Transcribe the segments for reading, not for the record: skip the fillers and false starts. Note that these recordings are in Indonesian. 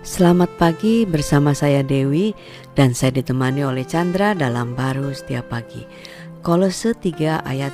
Selamat pagi, bersama saya Dewi dan saya ditemani oleh Chandra dalam Baru Setiap Pagi. Kolose 3 ayat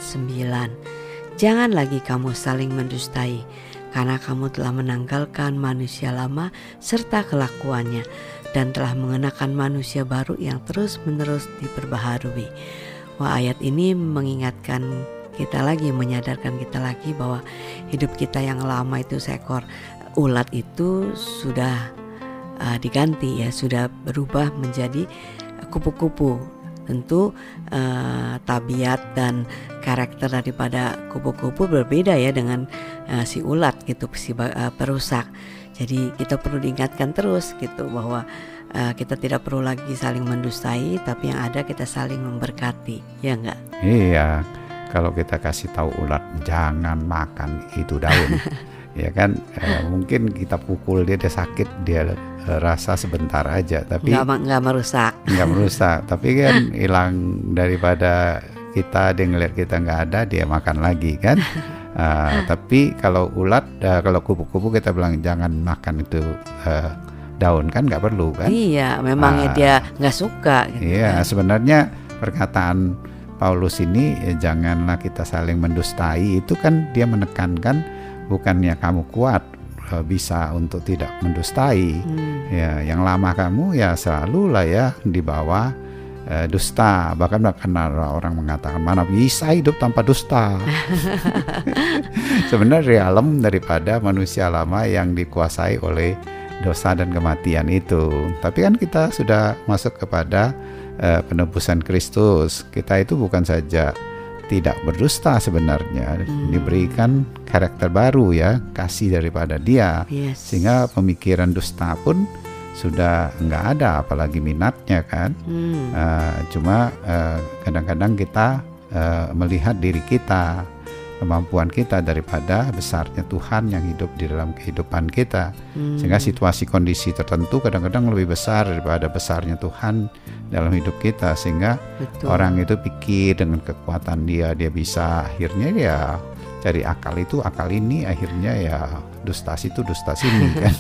9. Jangan lagi kamu saling mendustai, karena kamu telah menanggalkan manusia lama serta kelakuannya dan telah mengenakan manusia baru yang terus-menerus diperbaharui. Wah, ayat ini mengingatkan kita lagi, menyadarkan kita lagi bahwa hidup kita yang lama itu seekor ulat itu sudah diganti ya, sudah berubah menjadi kupu-kupu. Tentu tabiat dan karakter daripada kupu-kupu berbeda ya dengan si ulat gitu, si perusak. Jadi kita perlu diingatkan terus gitu bahwa kita tidak perlu lagi saling mendustai, tapi yang ada kita saling memberkati, ya enggak? Iya, kalau kita kasih tahu ulat jangan makan itu daun. Ya kan, mungkin kita pukul dia sakit, dia rasa sebentar aja, tapi nggak merusak. Tapi kan hilang daripada kita, dia ngeliat kita nggak ada, dia makan lagi kan. Tapi kalau ulat, kalau kupu-kupu kita bilang jangan makan itu daun, kan nggak perlu kan. Iya, memangnya dia nggak suka gitu. Iya, kan? Sebenarnya perkataan Paulus ini janganlah kita saling mendustai, itu kan dia menekankan bukannya kamu kuat bisa untuk tidak mendustai. Ya, yang lama kamu ya selalulah ya di bawah dusta. Bahkan orang mengatakan mana bisa hidup tanpa dusta. Sebenarnya realem daripada manusia lama yang dikuasai oleh dosa dan kematian itu. Tapi kan kita sudah masuk kepada penebusan Kristus. Kita itu bukan saja tidak berdusta sebenarnya, diberikan karakter baru ya, kasih daripada Dia, sehingga pemikiran dusta pun sudah nggak ada, apalagi minatnya kan. Cuma kadang-kadang kita melihat diri kita, kemampuan kita daripada besarnya Tuhan yang hidup di dalam kehidupan kita, sehingga situasi kondisi tertentu kadang-kadang lebih besar daripada besarnya Tuhan dalam hidup kita, sehingga orang itu pikir dengan kekuatan dia bisa, akhirnya ya cari akal ini, akhirnya ya dusta situ dusta sini kan.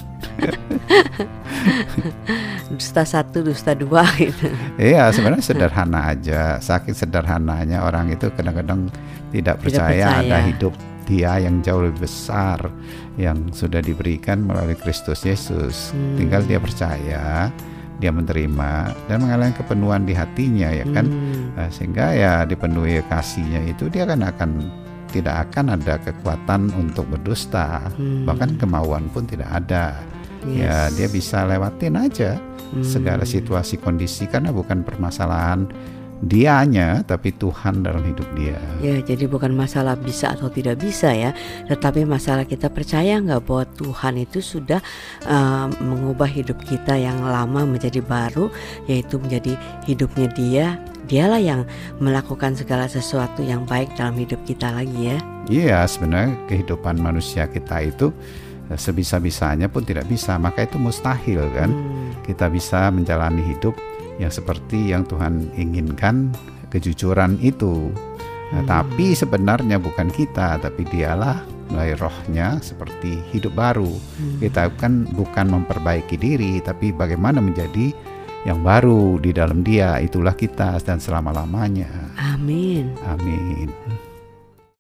Dusta satu, dusta dua gitu. Iya, sebenarnya sederhana aja. Saking sederhananya orang itu kadang-kadang tidak percaya ada hidup Dia yang jauh lebih besar yang sudah diberikan melalui Kristus Yesus. Tinggal dia percaya, dia menerima dan mengalami kepenuhan di hatinya ya kan. Sehingga ya dipenuhi kasihnya itu dia kan tidak akan ada kekuatan untuk berdusta, bahkan kemauan pun tidak ada. Ya dia bisa lewatin aja segala situasi kondisi, karena bukan permasalahan dianya tapi Tuhan dalam hidup dia. Ya, jadi bukan masalah bisa atau tidak bisa ya, tetapi masalah kita percaya nggak bahwa Tuhan itu sudah mengubah hidup kita yang lama menjadi baru, yaitu menjadi hidupnya Dialah yang melakukan segala sesuatu yang baik dalam hidup kita lagi ya. Iya, sebenarnya kehidupan manusia kita itu sebisa-bisanya pun tidak bisa, maka itu mustahil kan. Kita bisa menjalani hidup yang seperti yang Tuhan inginkan, kejujuran itu. Tapi sebenarnya bukan kita, tapi Dialah melalui Rohnya seperti hidup baru. Kita kan bukan memperbaiki diri, tapi bagaimana menjadi yang baru di dalam Dia, itulah kita dan selama-lamanya. Amin. Amin.